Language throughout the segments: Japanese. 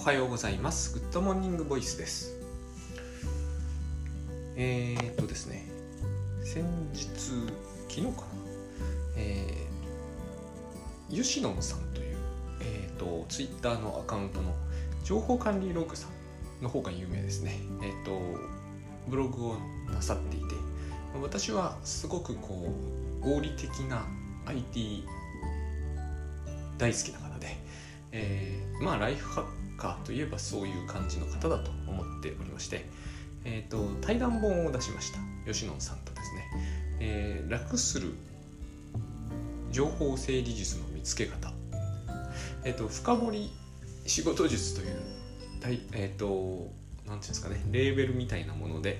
おはようございます。グッドモーニングボイスです。ですね、先日、昨日かな、ユシノンさんという、ツイッターのアカウントの情報管理ログさんの方が有名ですね。ブログをなさっていて、私はすごく合理的な IT 大好きな方で、ライフハッカーといえばそういう感じの方だと思っておりまして、対談本を出しました。吉野さんとですね、楽する情報整理術の見つけ方、深掘り仕事術というなんていうんですかね、レーベルみたいなもので、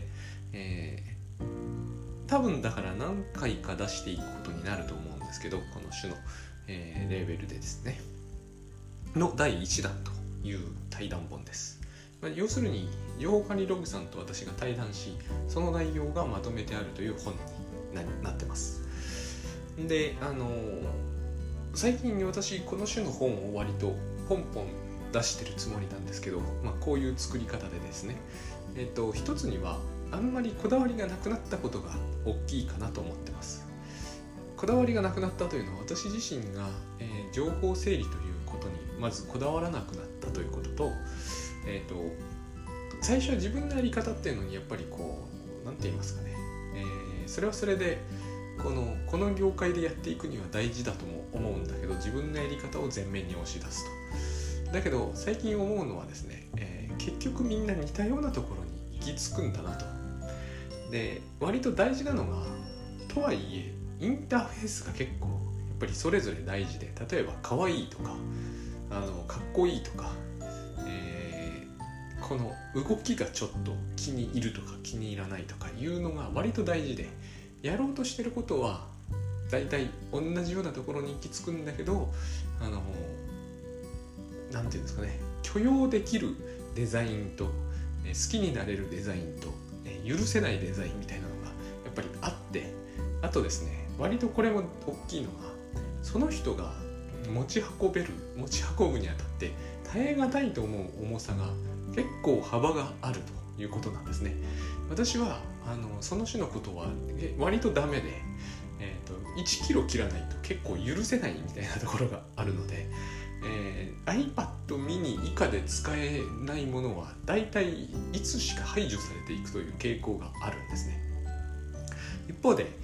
多分だから何回か出していくことになると思うんですけど、この種の、レーベルでですねの第1弾という対談本です。要するに情報管理ログさんと私が対談し、その内容がまとめてあるという本になってます。で、最近私この種の本を割とポンポン出してるつもりなんですけど、こういう作り方でですね、一つにはあんまりこだわりがなくなったことが大きいかなと思ってます。こだわりがなくなったというのは、私自身が、情報整理ということにまずこだわらなくなったということと、最初は自分のやり方っていうのにやっぱりなんて言いますかね、それはそれでこの業界でやっていくには大事だとも思うんだけど、自分のやり方を前面に押し出すと。だけど最近思うのはですね、結局みんな似たようなところに行き着くんだなと。で、割と大事なのが、とはいえインターフェースが結構やっぱりそれぞれ大事で、例えば可愛いとかかっこいいとか、この動きがちょっと気に入るとか気に入らないとかいうのが割と大事で、やろうとしてることはだいたい同じようなところに行き着くんだけど、なんていうんですかね、許容できるデザインと、好きになれるデザインと、許せないデザインみたいなのがやっぱりあって、あとですね、割とこれも大きいのが、その人が持ち運ぶにあたって耐え難いと思う重さが結構幅があるということなんですね。私はその種のことは割とダメで、1キロ切らないと結構許せないみたいなところがあるので、iPad mini 以下で使えないものはだいたいいつしか排除されていくという傾向があるんですね。一方で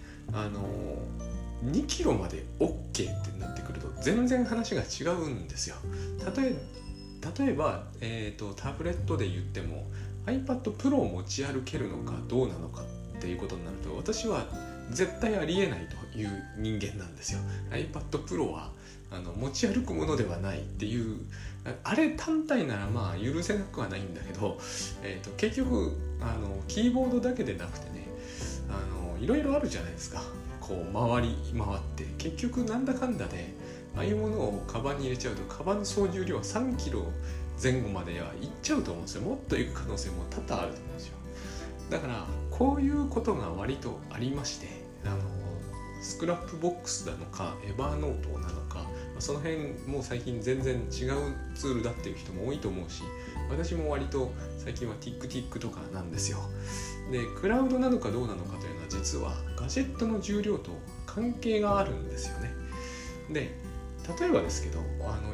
2キロまで OK ってなってくると全然話が違うんですよ。例えば、タブレットで言っても iPad Pro を持ち歩けるのかどうなのかっていうことになると、私は絶対ありえないという人間なんですよ。 iPad Pro は持ち歩くものではないっていう、あれ単体なら許せなくはないんだけど、結局キーボードだけでなくてね、いろいろあるじゃないですか。回って結局なんだかんだでああいうものをカバンに入れちゃうと、カバンの総重量は3キロ前後まではいっちゃうと思うんですよ。もっといく可能性も多々あると思うんですよ。だからこういうことが割とありまして、スクラップボックスなのかエバーノートなのか、その辺もう最近全然違うツールだっていう人も多いと思うし、私も割と最近は TikTok とかなんですよ。で、クラウドなのかどうなのかというのは実はガジェットの重量と関係があるんですよね。で、例えばですけど、もう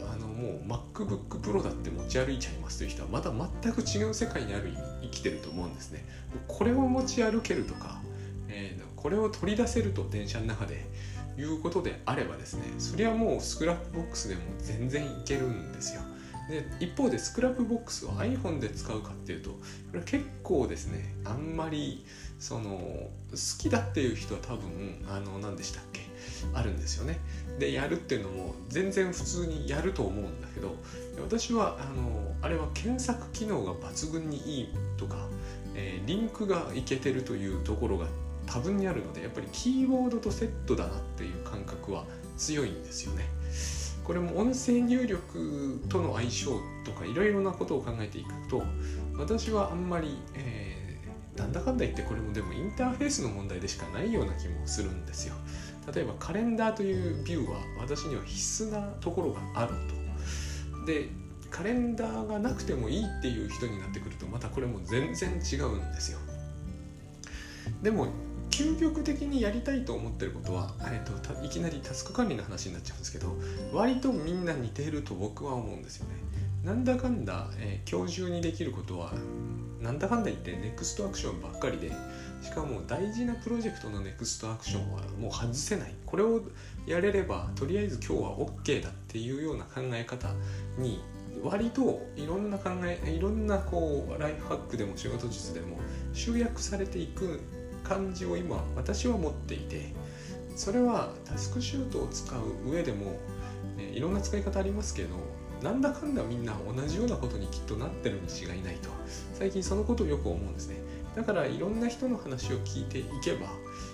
MacBook Pro だって持ち歩いちゃいますという人はまた全く違う世界に生きてると思うんですね。これを持ち歩けるとか、これを取り出せると電車の中でいうことであればですね、それはもうスクラップボックスでも全然いけるんですよ。で、一方でスクラップボックスを iPhone で使うかっていうと、これは結構ですね、あんまり好きだっていう人は多分何でしたっけ、あるんですよね。で、やるっていうのも全然普通にやると思うんだけど、私はあれは検索機能が抜群にいいとか、リンクがいけてるというところが多分にあるので、やっぱりキーボードとセットだなっていう感覚は強いんですよね。これも音声入力との相性とかいろいろなことを考えていくと、私はあんまり、なんだかんだ言ってこれもでもインターフェースの問題でしかないような気もするんですよ。例えばカレンダーというビューは私には必須なところがあると。で、 カレンダーがなくてもいいっていう人になってくるとまたこれも全然違うんですよ。でも究極的にやりたいと思ってることは、いきなりタスク管理の話になっちゃうんですけど、割とみんな似ていると僕は思うんですよね。なんだかんだ、今日中にできることはなんだかんだ言ってネクストアクションばっかりで、しかも大事なプロジェクトのネクストアクションはもう外せない、これをやれればとりあえず今日は OK だっていうような考え方に割といろんなこうライフハックでも仕事術でも集約されていく感じを今私は持っていて、それはタスクシュートを使う上でも、いろんな使い方ありますけど、なんだかんだみんな同じようなことにきっとなってるに違いないと最近そのことをよく思うんですね。だからいろんな人の話を聞いていけば、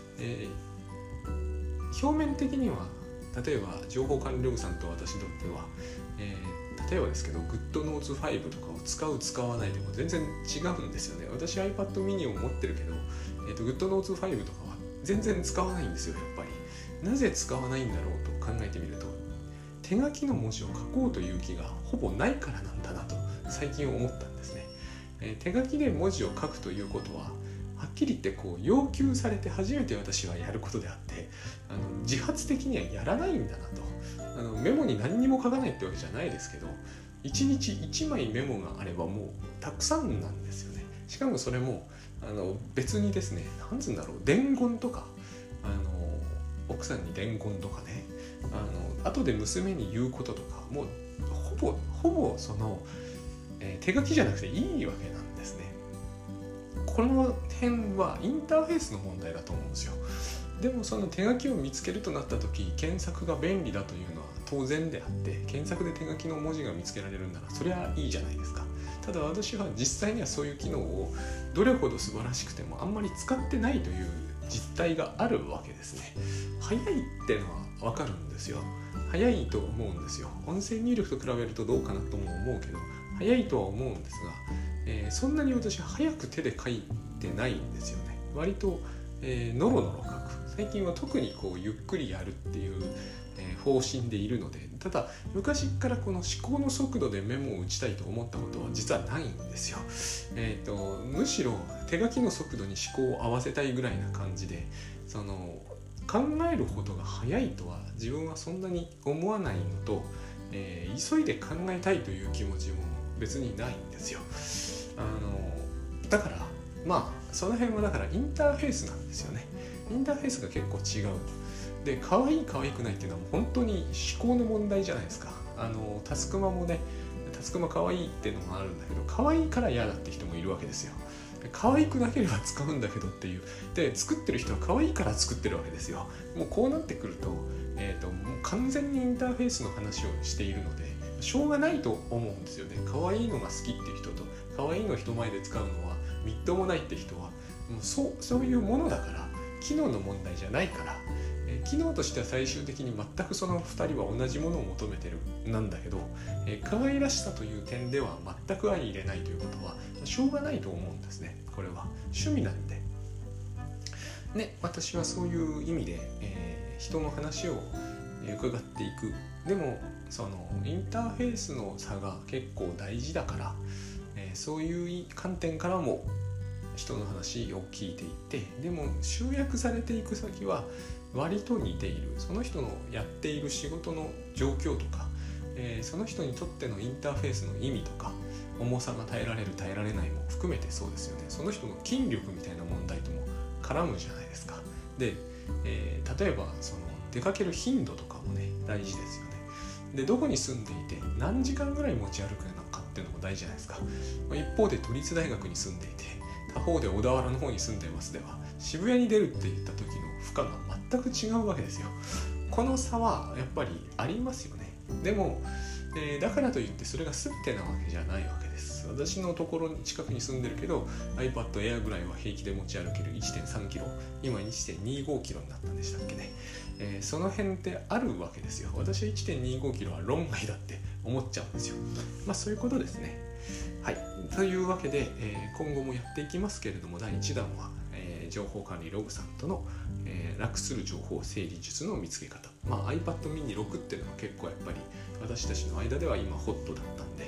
表面的には例えば情報管理ログさんと私にとっては、例えばですけど GoodNotes 5とかを使う使わないでも全然違うんですよね。私 iPad mini を持ってるけど、GoodNotes 5とかは全然使わないんですよ。やっぱりなぜ使わないんだろうと考えてみると、手書きの文字を書こうという気がほぼないからなんだなと最近思ったんですね。手書きで文字を書くということははっきり言ってこう要求されて初めて私はやることであって、自発的にはやらないんだなと。メモに何にも書かないってわけじゃないですけど、1日1枚メモがあればもうたくさんなんですよね。しかもそれも別にですね、なんつうんだろう、伝言とか奥さんに伝言とかね、後で娘に言うこととかもうほぼその、手書きじゃなくていいわけなんですね。この辺はインターフェースの問題だと思うんですよ。でもその手書きを見つけるとなった時、検索が便利だというのは当然であって、検索で手書きの文字が見つけられるならそれはいいじゃないですか。ただ私は実際にはそういう機能をどれほど素晴らしくてもあんまり使ってないという実態があるわけですね。早いってのは分かるんですよ。早いと思うんですよ。音声入力と比べるとどうかなとも思うけど早いとは思うんですが、そんなに私早く手で書いてないんですよね。割と、ノロノロ書く。最近は特にこうゆっくりやるっていう、方針でいるので、ただ昔からこの思考の速度でメモを打ちたいと思ったことは実はないんですよ。むしろ手書きの速度に思考を合わせたいぐらいな感じで、その考えることが早いとは自分はそんなに思わないのと、急いで考えたいという気持ちも別にないんですよ。だからまあその辺はだからインターフェースなんですよね。インターフェースが結構違う。で、可愛い可愛くないっていうのは本当に思考の問題じゃないですか。タスクマもね、タスクマ可愛いっていうのもあるんだけど、可愛いから嫌だって人もいるわけですよ。可愛くなければ使うんだけどっていう。で、作ってる人は可愛いから作ってるわけですよ。もうこうなってくると、もう完全にインターフェースの話をしているので、しょうがないと思うんですよね。可愛いのが好きっていう人と、可愛いの人前で使うのはみっともないって人は、もうそういうものだから、機能の問題じゃないから、機能としては最終的に全くその2人は同じものを求めてるなんだけど、可愛らしさという点では全く相入れないということはしょうがないと思うんですね。これは趣味なんでね。私はそういう意味で、人の話を伺っていく。でもそのインターフェースの差が結構大事だから、そういう観点からも人の話を聞いていって、でも集約されていく先は割と似ている。その人のやっている仕事の状況とか、その人にとってのインターフェースの意味とか、重さが耐えられる耐えられないも含めてそうですよね。その人の筋力みたいな問題とも絡むじゃないですか。で、例えばその出かける頻度とかもね大事ですよね。で、どこに住んでいて何時間ぐらい持ち歩くのかっていうのも大事じゃないですか。一方で都立大学に住んでいて、他方で小田原の方に住んでいますでは、渋谷に出るって言った時の負荷が全く違うわけですよ。この差はやっぱりありますよね。でも、だからといってそれが全てなわけじゃないわけです。私のところ近くに住んでるけど iPad Air ぐらいは平気で持ち歩ける 1.3 キロ、今 1.25 キロになったんでしたっけね。その辺ってあるわけですよ。私は 1.25 キロは論外だって思っちゃうんですよ。まあそういうことですね。はい、というわけで、今後もやっていきますけれども、第1弾は、情報管理ログさんとの、楽する情報整理術の見つけ方、iPad mini 6っていうのは結構やっぱり私たちの間では今ホットだったんで、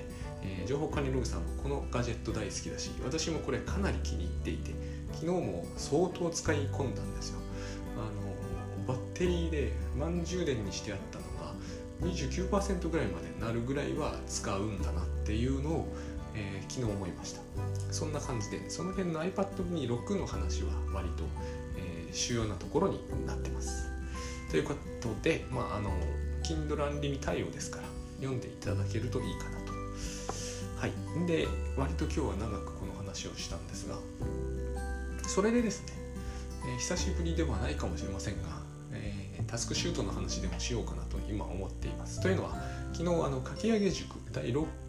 情報管理ログさんもこのガジェット大好きだし、私もこれかなり気に入っていて、昨日も相当使い込んだんですよ。バッテリーで満充電にしてあったのが 29% ぐらいまでなるぐらいは使うんだなっていうのを、昨日思いました。そんな感じで、その辺の iPad mini 6の話は割と、主要なところになってます。ということで、Kindle Unlimited 対応ですから読んでいただけるといいかなと。はい。で、割と今日は長くこの話をしたんですが、それでですね、久しぶりではないかもしれませんが、タスクシュートの話でもしようかなと今思っています。というのは、昨日書き上げ塾第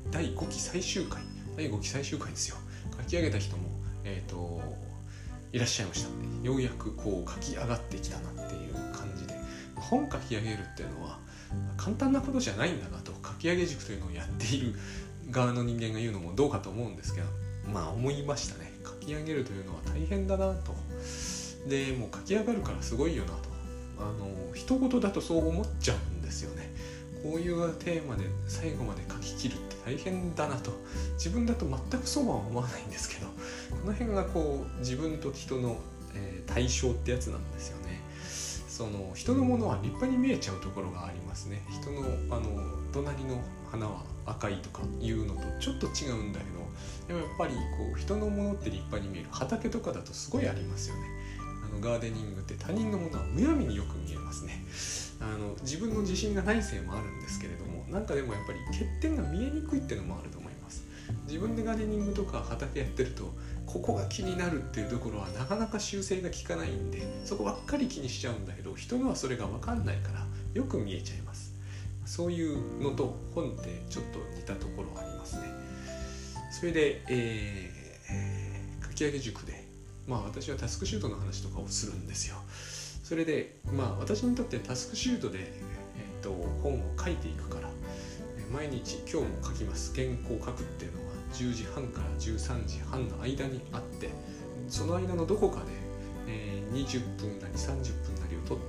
5期最終回ですよ。書き上げた人も、いらっしゃいましたので、ようやくこう書き上がってきたなっていう感じで、本書き上げるっていうのは簡単なことじゃないんだなと、書き上げ塾というのをやっている側の人間が言うのもどうかと思うんですけど、思いましたね。書き上げるというのは大変だなと。でもう書き上がるからすごいよなと、一言だとそう思っちゃうんですよね。こういうテーマで最後まで書き切るって大変だなと、自分だと全くそうは思わないんですけど、この辺がこう自分と人の、対象ってやつなんですよね。その人のものは立派に見えちゃうところがありますね。人の隣の花は赤いとかいうのとちょっと違うんだけど、でもやっぱりこう人のものって立派に見える。畑とかだとすごいありますよね。ガーデニングって他人のものはむやみによく見えますね。自分の自信がないせいもあるんですけれども、なんかでもやっぱり欠点が見えにくいっていうのもあると思います。自分でガーデニングとか畑やってると、ここが気になるっていうところはなかなか修正が効かないんで、そこばっかり気にしちゃうんだけど、人のはそれが分かんないからよく見えちゃいます。そういうのと本ってちょっと似たところありますね。それで、書き上げ塾で私はタスクシュートの話とかをするんですよ。それで私にとってタスクシュートで、本を書いていくから、毎日今日も書きます。原稿を書くっていうのは10時半から13時半の間にあって、その間のどこかで、20分なり30分なりを取って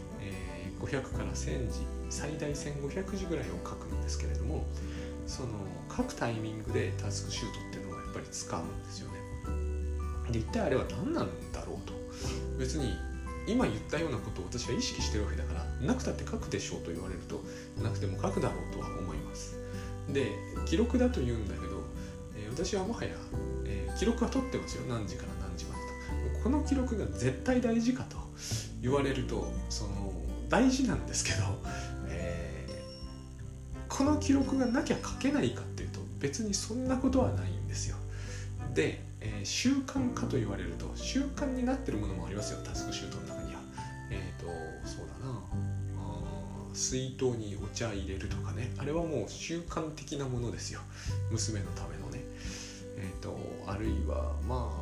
、500から1000字最大1500字ぐらいを書くんですけれども、その書くタイミングでタスクシュートっていうのはやっぱり使うんですよね。で、一体あれは何なんだろうと。別に今言ったようなことを私は意識してるわけだから、なくたって書くでしょうと言われると、なくても書くだろうとは思います。で、記録だと言うんだけど、私はもはや、記録は取ってますよ。何時から何時までと。この記録が絶対大事かと言われると、大事なんですけど、この記録がなきゃ書けないかっていうと、別にそんなことはないんですよ。で、習慣化と言われると、習慣になってるものもありますよ。タスクシュートの中にはそうだな、水筒にお茶入れるとかね、あれはもう習慣的なものですよ。娘のためのね。あるいは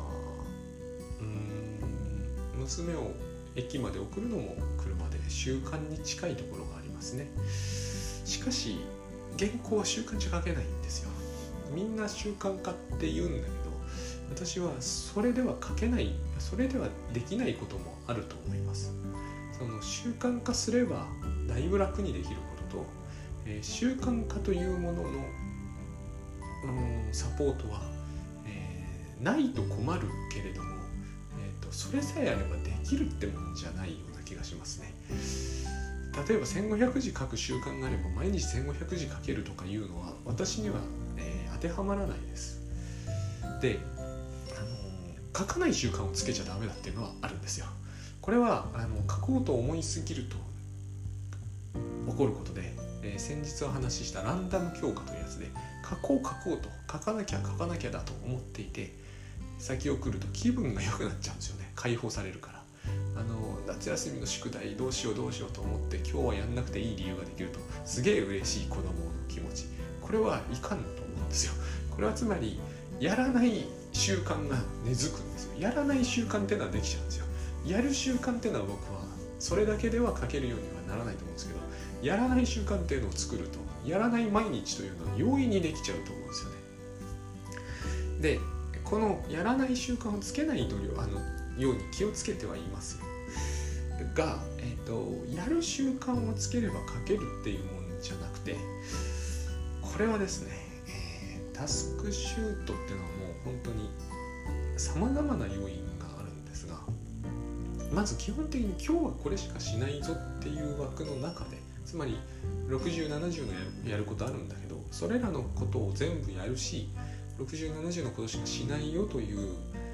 娘を駅まで送るのも車で習慣に近いところがありますね。しかし原稿は習慣じゃ書けないんですよ。みんな習慣化って言うんだけど、私はそれでは書けない、それではできないこともあると思います。その習慣化すればだいぶ楽にできることと、習慣化というものの、サポートは、ないと困るけれども、それさえあればできるってもんじゃないような気がしますね。例えば1500字書く習慣があれば毎日1500字書けるとかいうのは私には、当てはまらないです。で、書かない習慣をつけちゃダメだっていうのはあるんですよ。これは書こうと思いすぎると起こることで、先日お話ししたランダム強化というやつで、書こうと書かなきゃだと思っていて、先送ると気分が良くなっちゃうんですよね。解放されるから。夏休みの宿題どうしようと思って、今日はやんなくていい理由ができるとすげえ嬉しい子供の気持ち、これはいかんと思うんですよ。これはつまりやらない習慣が根付くんですよ。やらない習慣っていうのはできちゃうんですよ。やる習慣っていうのは僕はそれだけでは書けるようにはならないと思うんですけど、やらない習慣っていうのを作ると、やらない毎日というのは容易にできちゃうと思うんですよね。で、このやらない習慣をつけないように気をつけてはいますよ。が、やる習慣をつければ書けるっていうもんじゃなくて、これはですね、 タスクシュートっていうのはもう本当に様々な要因があるんですが、まず基本的に今日はこれしかしないぞっていう枠の中で、つまり60、70のやることあるんだけど、それらのことを全部やるし、60、70のことしかしないよという、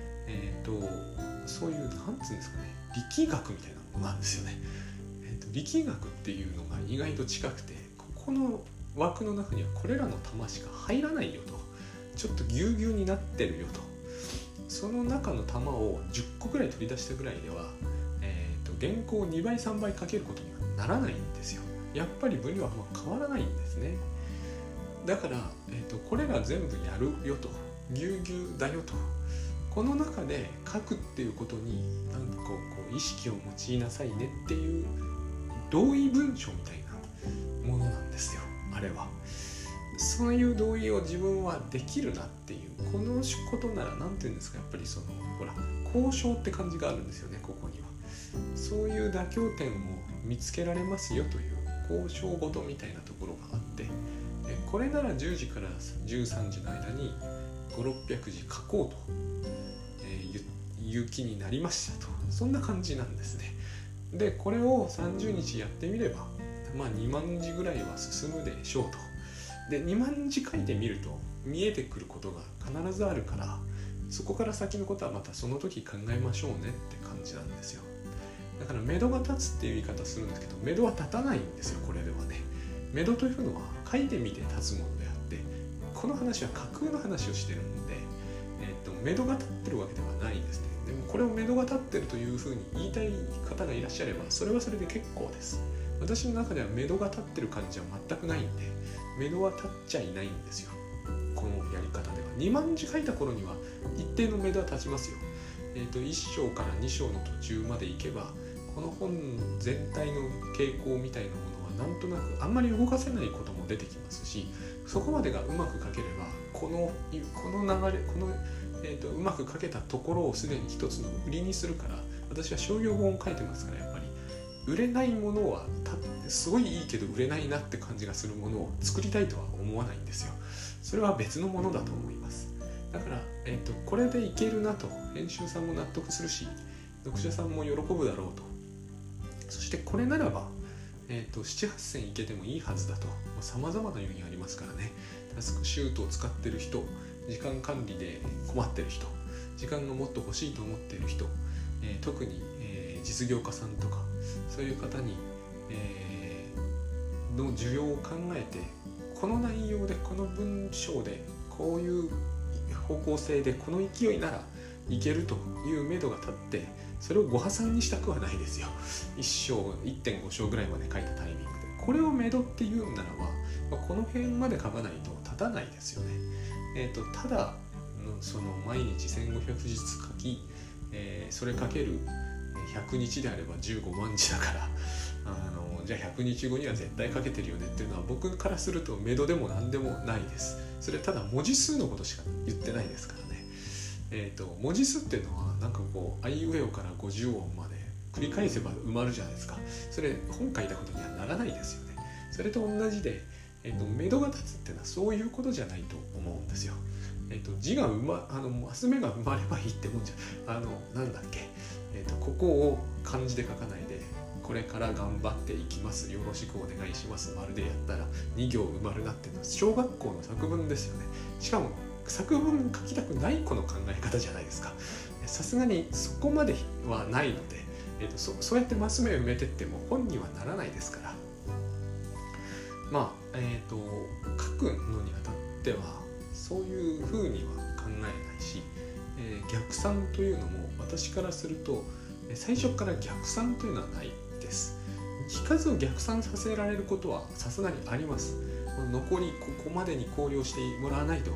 そういうなんつうんですかね、力学みたいなものなんですよね。力学っていうのが意外と近くて、ここの枠の中にはこれらの玉しか入らないよと、ちょっとぎゅうぎゅうになってるよと。その中の玉を10個くらい取り出したぐらいでは、原稿を2倍3倍かけることにはならないんですよ。やっぱり分量は変わらないんですね。だから、これら全部やるよと、ぎゅうぎゅうだよと、この中で書くっていうことになんかこう意識を用いなさいねっていう同意文書みたいなものなんですよ、あれは。そういう同意を自分はできるなっていう、このことならなんていうんですか、やっぱりそのほら交渉って感じがあるんですよね、ここには。そういう妥協点を見つけられますよという交渉ごとみたいなところがあって、これなら10時から13時の間に500、600字書こうと、いう気になりましたと、そんな感じなんですね。でこれを30日やってみれば、2万字ぐらいは進むでしょうと。で2万字書いてみると見えてくることが必ずあるから、そこから先のことはまたその時考えましょうねって感じなんですよ。だから目処が立つっていう言い方するんですけど、目処は立たないんですよ、これではね。目処というのは書いてみて立つものであって、この話は架空の話をしてるんで、目処が立ってるわけではないんですね。でもこれを目処が立ってるというふうに言いたい方がいらっしゃれば、それはそれで結構です。私の中では目処が立ってる感じは全くないんで、目処は立っちゃいないんですよ、このやり方では。2万字書いた頃には一定の目処は立ちますよ。1章から2章の途中までいけば、この本全体の傾向みたいなものはなんとなくあんまり動かせないことも出てきますし、そこまでがうまく書ければ、この流れ、うまく書けたところをすでに一つの売りにするから、私は商業本を書いてますから、やっぱり売れないものはすごいいいけど売れないなって感じがするものを作りたいとは思わないんですよ。それは別のものだと思います。だから、これでいけるなと編集さんも納得するし、読者さんも喜ぶだろうと。そしてこれならば、7、8選いけてもいいはずだと。様々な要因ありますからね。タスクシュートを使ってる人、時間管理で困ってる人、時間がもっと欲しいと思っている人、特に、実業家さんとかそういう方に、の需要を考えて、この内容でこの文章でこういう方向性でこの勢いならいけるという目処が立って、それをご破算にしたくはないですよ。1章 1.5 章ぐらいまで書いたタイミングでこれを目処っていうんならば、この辺まで書かないと立たないですよね。ただその毎日1500字ずつ書き、それかける100日であれば15万字だからじゃあ100日後には絶対書けてるよねっていうのは、僕からすると目処でも何でもないです。それただ文字数のことしか言ってないですからね。文字数っていうのはなんかこうあいうえおから50音まで繰り返せば埋まるじゃないですか。それ本書いたことにはならないですよね。それと同じで、目処が立つっていうのはそういうことじゃないと思うんですよ。字がマス目が生まればいいってもんじゃなんだっけ、ここを漢字で書かないで、これから頑張っていきますよろしくお願いします丸でやったら2行埋まるなっていうのは小学校の作文ですよね。しかも作文書きたくない子の考え方じゃないですか。さすがにそこまではないので、そうやってマス目を埋めてっても本にはならないですから、書くのにあたってはそういうふうには考えないし、逆算というのも私からすると最初から逆算というのはないです。数を逆算させられることはさすがにあります。残りここまでに考慮してもらわないと、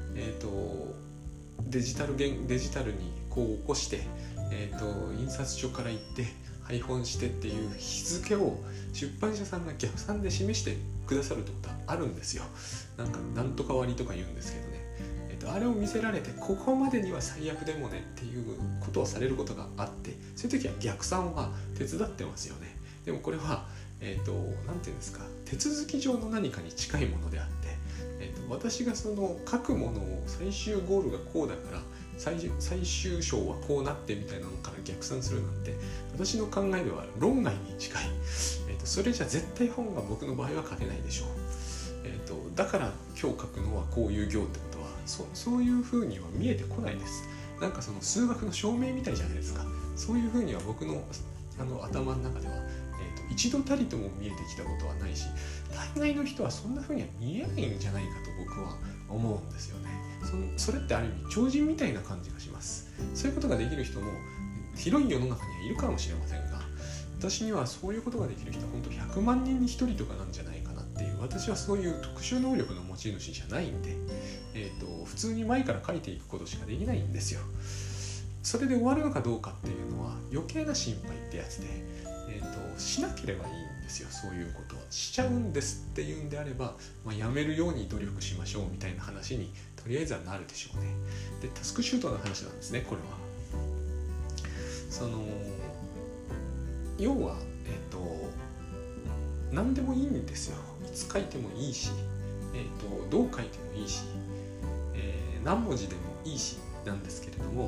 デジタルにこう起こして、印刷所から行って配本してっていう日付を出版社さんが逆算で示してくださるってことはあるんですよ。なんとか割とか言うんですけどね。あれを見せられてここまでには最悪でもねっていうことをされることがあって、そういう時は逆算は手伝ってますよね。でもこれはなんていうんですか、手続き上の何かに近いものであって、 私がその書くものを最終ゴールがこうだから最終章はこうなってみたいなのから逆算するなんて私の考えでは論外に近い、それじゃ絶対本が僕の場合は書けないでしょう。だから今日書くのはこういう行ってことはそういうふうには見えてこないです。なんかその数学の証明みたいじゃないですか。そういうふうには僕の頭の中では、一度たりとも見えてきたことはないし、大概の人はそんなふうには見えないんじゃないかと僕は思うんですよね。それってある意味超人みたいな感じがします。そういうことができる人も広い世の中にはいるかもしれませんが、私にはそういうことができる人は本当100万人に1人とかなんじゃないかなっていう、私はそういう特殊能力の持ち主じゃないんで、普通に前から書いていくことしかできないんですよ。それで終わるのかどうかっていうのは余計な心配ってやつで、しなければいいんですよ。そういうことはしちゃうんですっていうんであれば、やめるように努力しましょうみたいな話にとりあえずはなるでしょうね。でタスクシュートの話なんですね。これは要は何でもいいんですよ。いつ書いてもいいし、どう書いてもいいし、何文字でもいいしなんですけれども、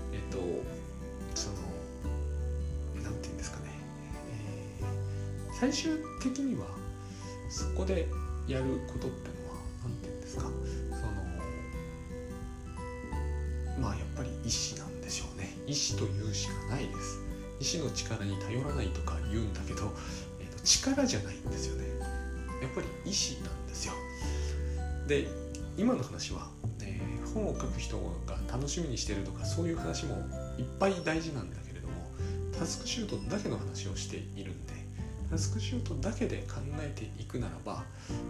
なんていうんですかね、最終的にはそこでやることってのはなんていうんですか、やっぱり意志なんでしょうね。意志というしかないです。意志の力に頼らないとか言うんだけど、力じゃないんですよね。やっぱり意志なんですよ。で今の話は、本を書く人が楽しみにしてるとかそういう話もいっぱい大事なんだけれども、タスクシュートだけの話をしているんで、タスクシュートだけで考えていくならば、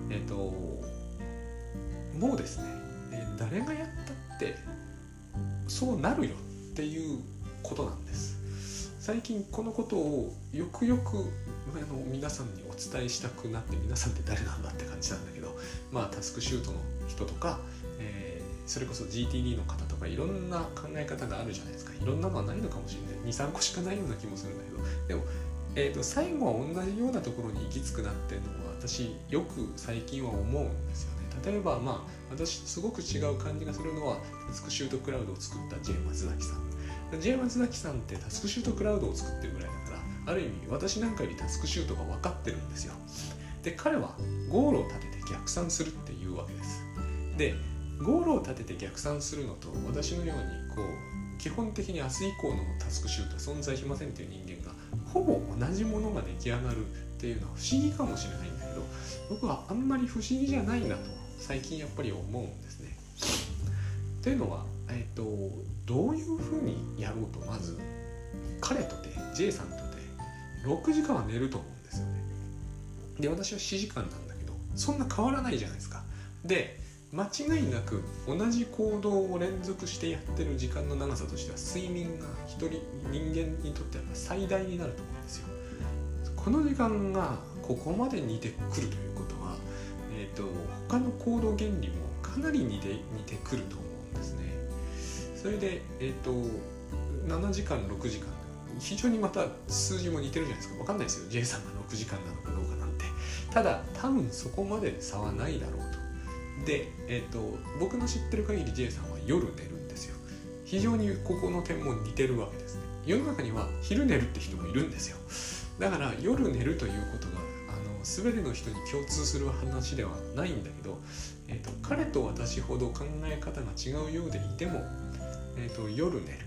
もうですね、誰がやったってそうなるよっていうことなんです。最近このことをよくよく皆さんにお伝えしたくなって、皆さんって誰なんだって感じなんだけど、タスクシュートの人とか、それこそ GTD の方とかいろんな考え方があるじゃないですか。いろんなのはないのかもしれない。 2,3 個しかないような気もするんだけど、でも、最後は同じようなところに行き着くなっていうのは私よく最近は思うんですよね。例えば私すごく違う感じがするのはタスクシュートクラウドを作った J 松崎さん。J 松崎さんってタスクシュートクラウドを作ってるぐらいだから、ある意味私なんかよりタスクシュートが分かってるんですよ。で彼はゴールを立てて逆算するっていうわけです。でゴールを立てて逆算するのと私のように基本的に明日以降のタスクシュートは存在しませんっていう人間がほぼ同じものが出来上がるっていうのは不思議かもしれないんだけど、僕はあんまり不思議じゃないなと最近やっぱり思うんですね。というのは、どういうふうにやろうと、まず彼とて J さんとて6時間は寝ると思うんですよね。で私は7時間なんだけどそんな変わらないじゃないですか。で間違いなく同じ行動を連続してやってる時間の長さとしては睡眠が人間にとっては最大になると思うんですよ。この時間がここまで似てくるということは、他の行動原理もかなり似てくると思うんですね。それで、7時間6時間非常にまた数字も似てるじゃないですか。分かんないですよ J さんが6時間なのかどうかなんて。ただ多分そこまで差はないだろうと。で、僕の知ってる限り J さんは夜寝るんですよ。非常にここの点も似てるわけですね。世の中には昼寝るって人もいるんですよ。だから夜寝るということが全ての人に共通する話ではないんだけど、彼と私ほど考え方が違うようでいても、夜寝る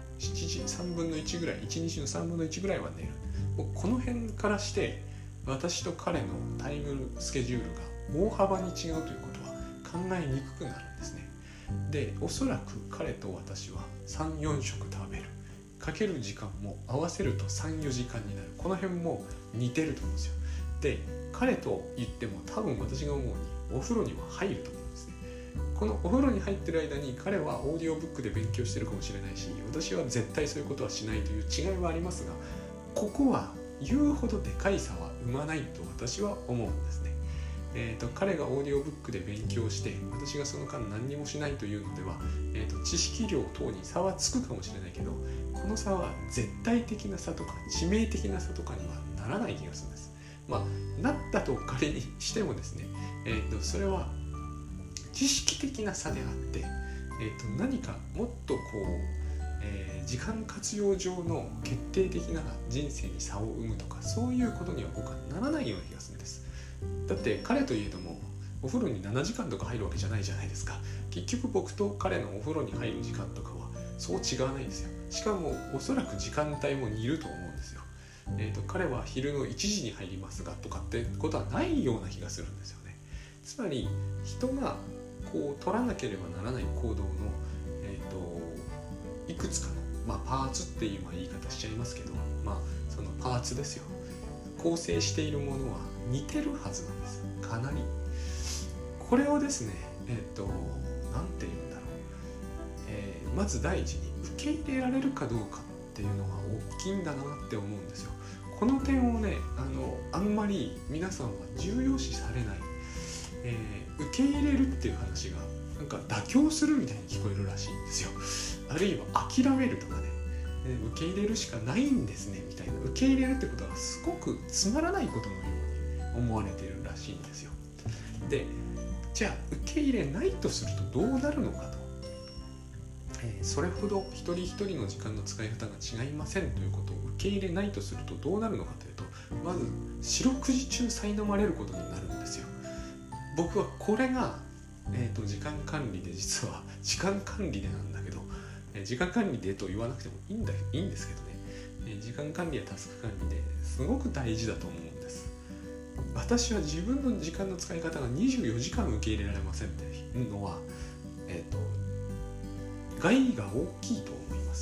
7時3分の1ぐらい、1日の3分の1ぐらいは寝る。もうこの辺からして私と彼のタイムスケジュールが大幅に違うということは考えにくくなるんですね。でおそらく彼と私は 3,4 食食べるかける時間も合わせると 3,4 時間になる。この辺も似てると思うんですよ。で彼と言っても多分私が思うにお風呂には入ると思うんですね。このお風呂に入ってる間に彼はオーディオブックで勉強してるかもしれないし、私は絶対そういうことはしないという違いはありますが、ここは言うほどでかい差は生まないと私は思うんですね。彼がオーディオブックで勉強して私がその間何にもしないというのでは、知識量等に差はつくかもしれないけど、この差は絶対的な差とか致命的な差とかにはならない気がするんです。なったと仮にしてもですね、それは知識的な差であって、何かもっと時間活用上の決定的な人生に差を生むとか、そういうことには僕はならないような気がするんです。だって彼といえどもお風呂に7時間とか入るわけじゃないじゃないですか。結局僕と彼のお風呂に入る時間とかはそう違わないんですよ。しかもおそらく時間帯も似ると思うんですよ。彼は昼の1時に入りますがとかってことはないような気がするんですよね。つまり人が取らなければならない行動の、いくつかの、パーツっていう言い方しちゃいますけど、そのパーツですよ。構成しているものは似てるはずなんです。かなり。これをですね、なんて言うんだろう、まず第一に受け入れられるかどうかっていうのが大きいんだなって思うんですよ。この点をね、あんまり皆さんは重要視されない、受け入れるっていう話がなんか妥協するみたいに聞こえるらしいんですよ。あるいは諦めるとかね、受け入れるしかないんですねみたいな、受け入れるってことはすごくつまらないことのように思われているらしいんですよ。で、じゃあ受け入れないとするとどうなるのかと、それほど一人一人の時間の使い方が違いませんということを受け入れないとするとどうなるのかというと、まず四六時中苛まれることになるんですよ。僕はこれが、時間管理で、実は時間管理でなんだけど、時間管理でと言わなくてもいいんですけどね、時間管理やタスク管理ですごく大事だと思うんです。私は自分の時間の使い方が24時間受け入れられませんっていうのは、害が大きいと思います。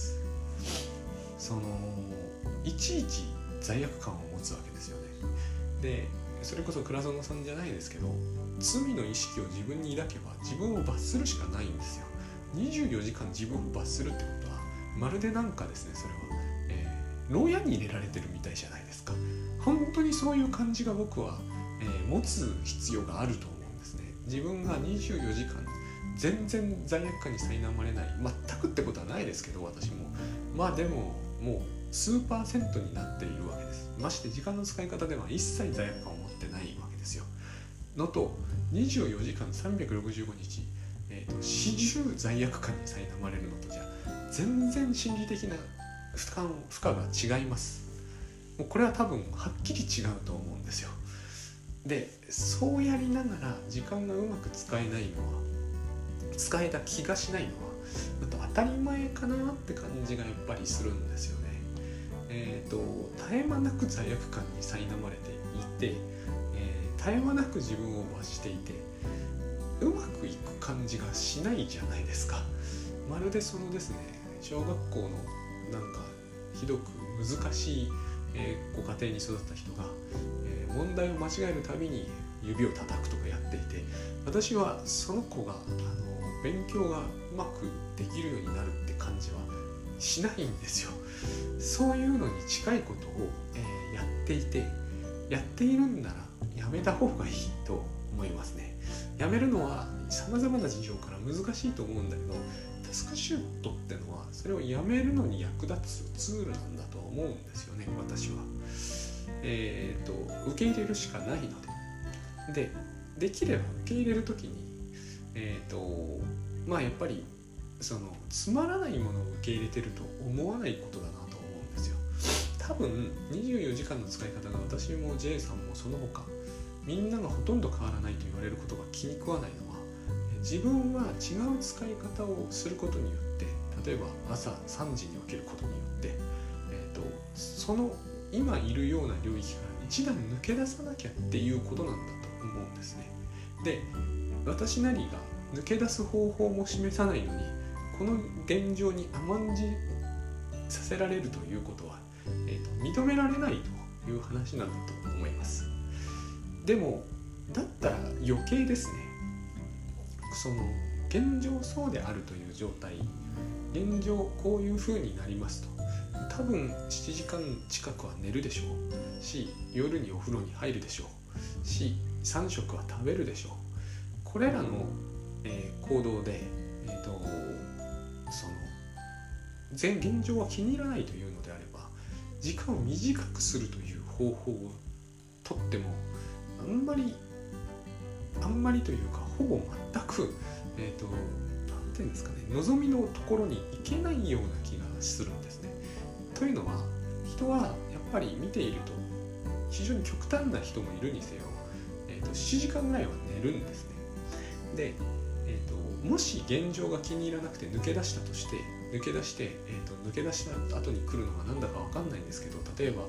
いちいち罪悪感を持つわけですよね。で、それこそ倉園さんじゃないですけど、罪の意識を自分に抱けば自分を罰するしかないんですよ。24時間自分を罰するってことはまるでなんかですね、それは、牢屋に入れられてるみたいじゃないですか。本当にそういう感じが僕は、持つ必要があると思うんですね。自分が24時間全然罪悪感に苛まれない、全くってことはないですけど、私もでももう数パーセントになっているわけです。まして時間の使い方では一切罪悪感を持ってないわけですよ。のと24時間365日、始終罪悪感に苛まれるのとじゃ全然心理的な負荷が違います。もうこれは多分はっきり違うと思うんですよ。で、そうやりながら時間がうまく使えないのは、使えた気がしないのは当たり前かなって感じがやっぱりするんですよね。絶え間なく罪悪感に苛まれていて、絶え間なく自分を罰していて、うまくいく感じがしないじゃないですか。まるでそのですね、小学校のなんかひどく難しい、ご家庭に育った人が、問題を間違えるたびに指を叩くとかやっていて、私はその子が勉強がうまくできるようになるって感じはしないんですよ。そういうのに近いことを、やっているんならやめた方がいいと思いますね。やめるのは様々な事情から難しいと思うんだけど、タスクシュートってのはそれをやめるのに役立つツールなんだと思うんですよね、私は。受け入れるしかないので、できれば受け入れるときに、やっぱりそのつまらないものを受け入れてると思わないことだなと思うんですよ。多分24時間の使い方が私も J さんもその他みんながほとんど変わらないと言われることが気に食わないのは、自分は違う使い方をすることによって、例えば朝3時に起きることによって、その今いるような領域から一段抜け出さなきゃっていうことなんだと思うんですね。で、私なりが抜け出す方法も示さないのに、この現状に甘んじさせられるということは、認められないという話なんだと思います。でもだったら余計ですね、その現状そうであるという状態、現状こういう風になりますと、多分7時間近くは寝るでしょうし、夜にお風呂に入るでしょうし、3食は食べるでしょう。これらの、行動で、その現状は気に入らないというのであれば、時間を短くするという方法をとってもあんまりというか、 ほぼ全くなんていうんですかね、望みのところに行けないような気がするんですね。というのは、人はやっぱり見ていると非常に極端な人もいるにせよ、7時間ぐらいは寝るんですね。で、もし現状が気に入らなくて抜け出したとして、抜け出した後に来るのが何だか分かんないんですけど、例えば、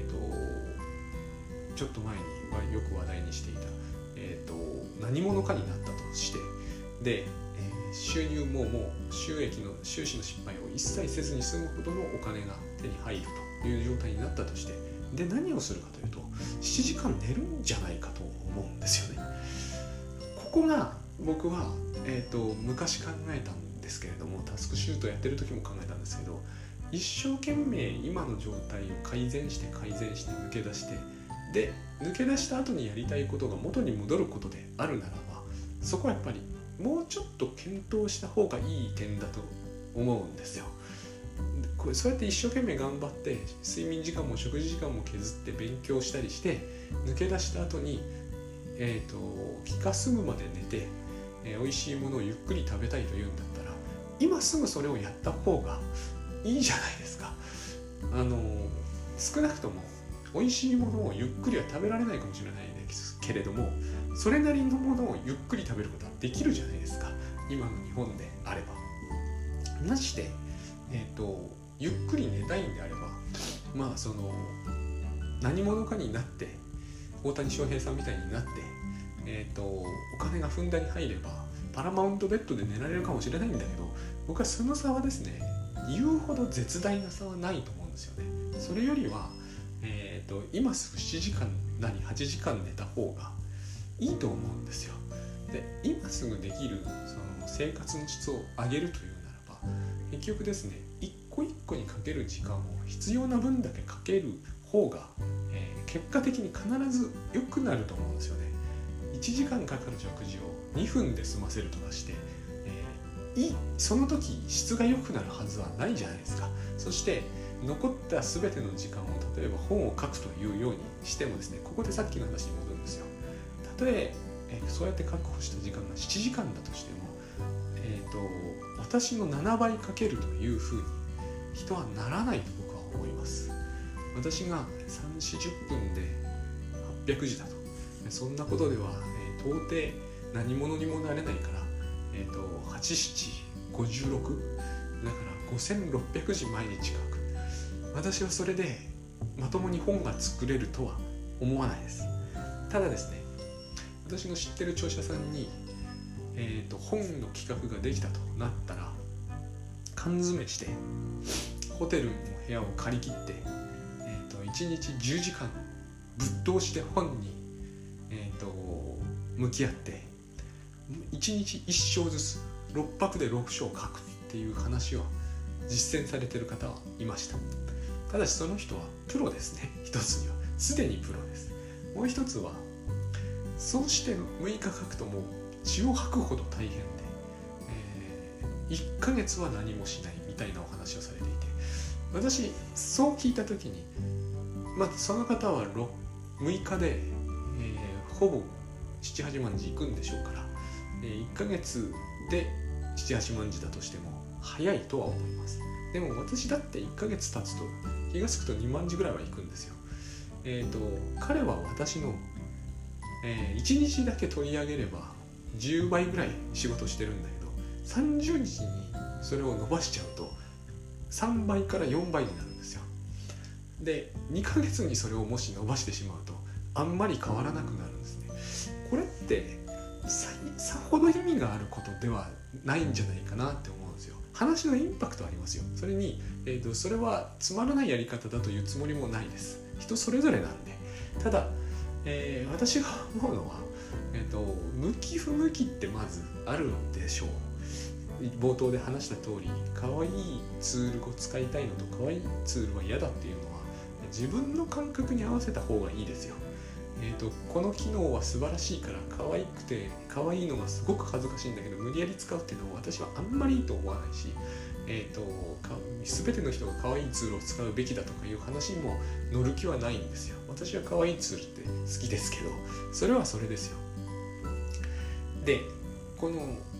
ちょっと前によく話題にしていた、何者かになったとして、で、収入も収支の失敗を一切せずに済むほどのお金が手に入るという状態になったとして、で何をするかというと、7時間寝るんじゃないかと思うんですよね。ここが僕は、昔考えたんですけれども、タスクシュートやってる時も考えたんですけど、一生懸命今の状態を改善して抜け出して、で抜け出した後にやりたいことが元に戻ることであるならば、そこはやっぱりもうちょっと検討した方がいい点だと思うんですよ。これそうやって一生懸命頑張って睡眠時間も食事時間も削って勉強したりして抜け出した後に、気が済むまで寝て、美味しいものをゆっくり食べたいというんだったら、今すぐそれをやった方がいいじゃないですか。少なくとも美味しいものをゆっくりは食べられないかもしれないですけれども、それなりのものをゆっくり食べることはできるじゃないですか、今の日本であれば。なして、ゆっくり寝たいんであれば、何者かになって大谷翔平さんみたいになって、お金がふんだんに入ればパラマウントベッドで寝られるかもしれないんだけど、僕はその差はですね、言うほど絶大な差はないと思うんですよね。それよりは、今すぐ7時間なり8時間寝た方がいいと思うんですよ。で、今すぐできるその生活の質を上げるというならば、結局ですね、一個一個にかける時間を必要な分だけかける方が、結果的に必ず良くなると思うんですよね。1時間かかる食事を2分で済ませるとかして、その時質が良くなるはずはないじゃないですか。そして残った全ての時間を例えば本を書くというようにしてもですね、ここでさっきの話に戻るんですよ。たとえそうやって確保した時間が7時間だとしても、私の7倍かけるというふうに人はならないと僕は思います。私が3、40分で800字だと、そんなことでは、到底何者にもなれないから、8、7、56だから5600字毎日書く。私はそれでまともに本が作れるとは思わないです。ただですね、私の知ってる著者さんに、本の企画ができたとなったら、缶詰してホテルの部屋を借り切って、1日10時間ぶっ通して本に、向き合って1日1章ずつ6泊で6章書くっていう話を実践されている方はいました。ただしその人はプロですね。一つにはすでにプロです。もう一つはそうして6日書くともう血を吐くほど大変で、1ヶ月は何もしないみたいなお話をされていて、私そう聞いた時に、その方は6日で、ほぼ 7,8 万字いくんでしょうから、1ヶ月で 7,8 万字だとしても早いとは思います。でも私だって1ヶ月経つと気がつくと2万字ぐらいはいくんですよ。彼は私の、1日だけ取り上げれば10倍ぐらい仕事してるんだけど、30日にそれを伸ばしちゃうと3倍から4倍になるんですよ。で、2ヶ月にそれをもし伸ばしてしまうとあんまり変わらなくなるんですね。これってさほど意味があることではないんじゃないかなって思うんですよ。話のインパクトありますよ。それに、それはつまらないやり方だというつもりもないです。人それぞれなんで。ただ、私が思うのは、向き不向きってまずあるんでしょう。冒頭で話した通り、可愛いツールを使いたいのと可愛いツールは嫌だっていうのは自分の感覚に合わせた方がいいですよ。この機能は素晴らしいから可愛くて可愛いのがすごく恥ずかしいんだけど無理やり使うっていうのは私はあんまりいいと思わないし、全ての人が可愛いツールを使うべきだとかいう話にも乗る気はないんですよ。私は可愛いツールって好きですけど、それはそれですよ。で、 この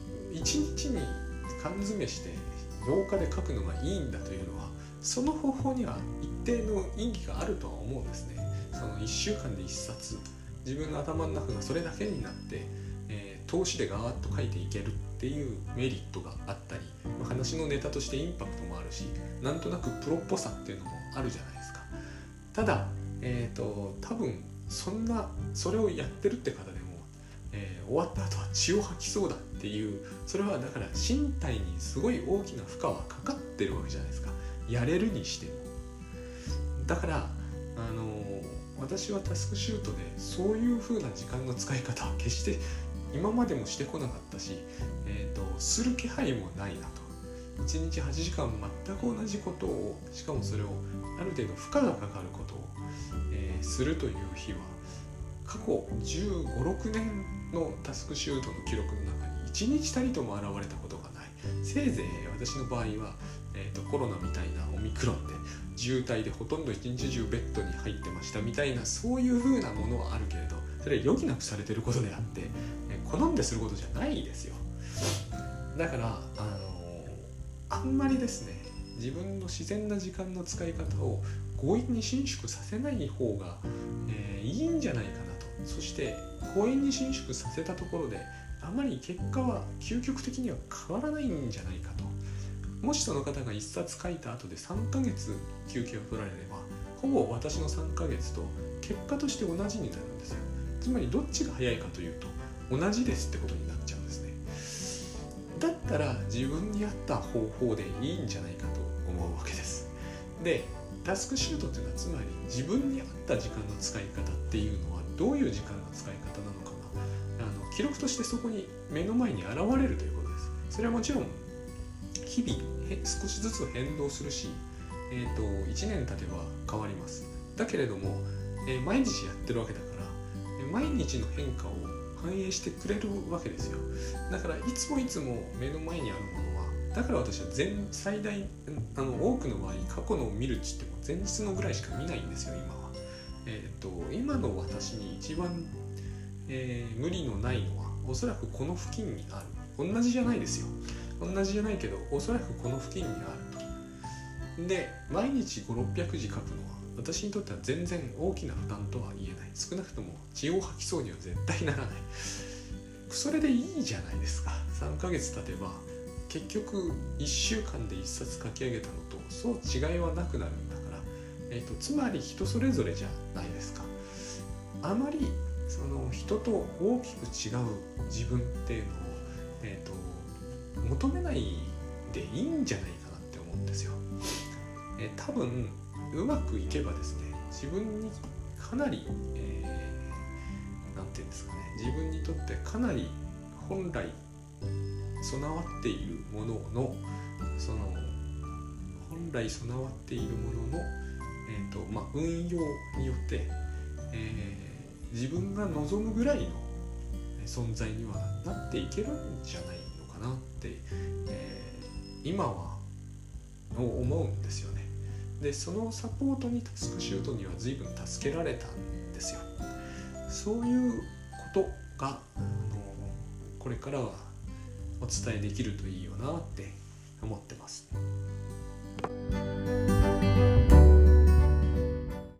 1日に缶詰して8日で書くのがいいんだというのは、その方法には一定の意義があるとは思うんですね。その1週間で1冊自分の頭の中がそれだけになって、通しでガーッと書いていけるっていうメリットがあったり、話のネタとしてインパクトもあるし、なんとなくプロっぽさっていうのもあるじゃないですか。ただ、多分それをやってるって方でも、終わった後は血を吐きそうだっていう、それはだから身体にすごい大きな負荷はかかってるわけじゃないですか、やれるにしても。だから私はタスクシュートでそういう風な時間の使い方は決して今までもしてこなかったし、する気配もないなと。1日8時間全く同じことを、しかもそれをある程度負荷がかかることを、するという日は過去15、6年のタスクシュートの記録の中に1日たりとも現れたことがない。せいぜい私の場合は、コロナみたいなオミクロンで渋滞でほとんど一日中ベッドに入ってましたみたいな、そういう風なものはあるけれど、それは余儀なくされてることであって、好んですることじゃないですよ。だからあんまりですね、自分の自然な時間の使い方を強引に伸縮させない方が、いいんじゃないかなと。そして強引に伸縮させたところであまり結果は究極的には変わらないんじゃないかと。もしその方が1冊書いた後で3ヶ月休憩を取られれば、ほぼ私の3ヶ月と結果として同じになるんですよ。つまりどっちが早いかというと同じですってことになっちゃうんですね。だったら自分に合った方法でいいんじゃないかと思うわけです。で、タスクシュートっていうのはつまり自分に合った時間の使い方っていうのはどういう時間の使い方なのかが記録としてそこに目の前に現れるということです。それはもちろん日々少しずつ変動するし、1年経てば変わります。だけれども、毎日やってるわけだから毎日の変化を反映してくれるわけですよ。だからいつも目の前にあるものは、だから私は最大多くの場合過去のを見るって言っても前日のぐらいしか見ないんですよ今は。今の私に一番、無理のないのはおそらくこの付近にある。同じじゃないですよ。同じじゃないけどおそらくこの付近にあると。で、毎日5、600字書くのは私にとっては全然大きな負担とは言えない。少なくとも血を吐きそうには絶対ならない。それでいいじゃないですか。3ヶ月経てば結局1週間で1冊書き上げたのとそう違いはなくなるんだから、つまり人それぞれじゃないですか。あまりその人と大きく違う自分っていうのを、求めないでいいんじゃないかなって思うんですよ。多分うまくいけばですね、自分にかなり、なんていうんですかね、自分にとってかなり本来備わっているものの、その本来備わっているものの、運用によって、自分が望むぐらいの存在にはなっていけるんじゃないのかなって、今は思うんですよね。で、そのサポートにタスクシュートには随分助けられたんですよ。そういうことがこれからはお伝えできるといいよなって思ってます。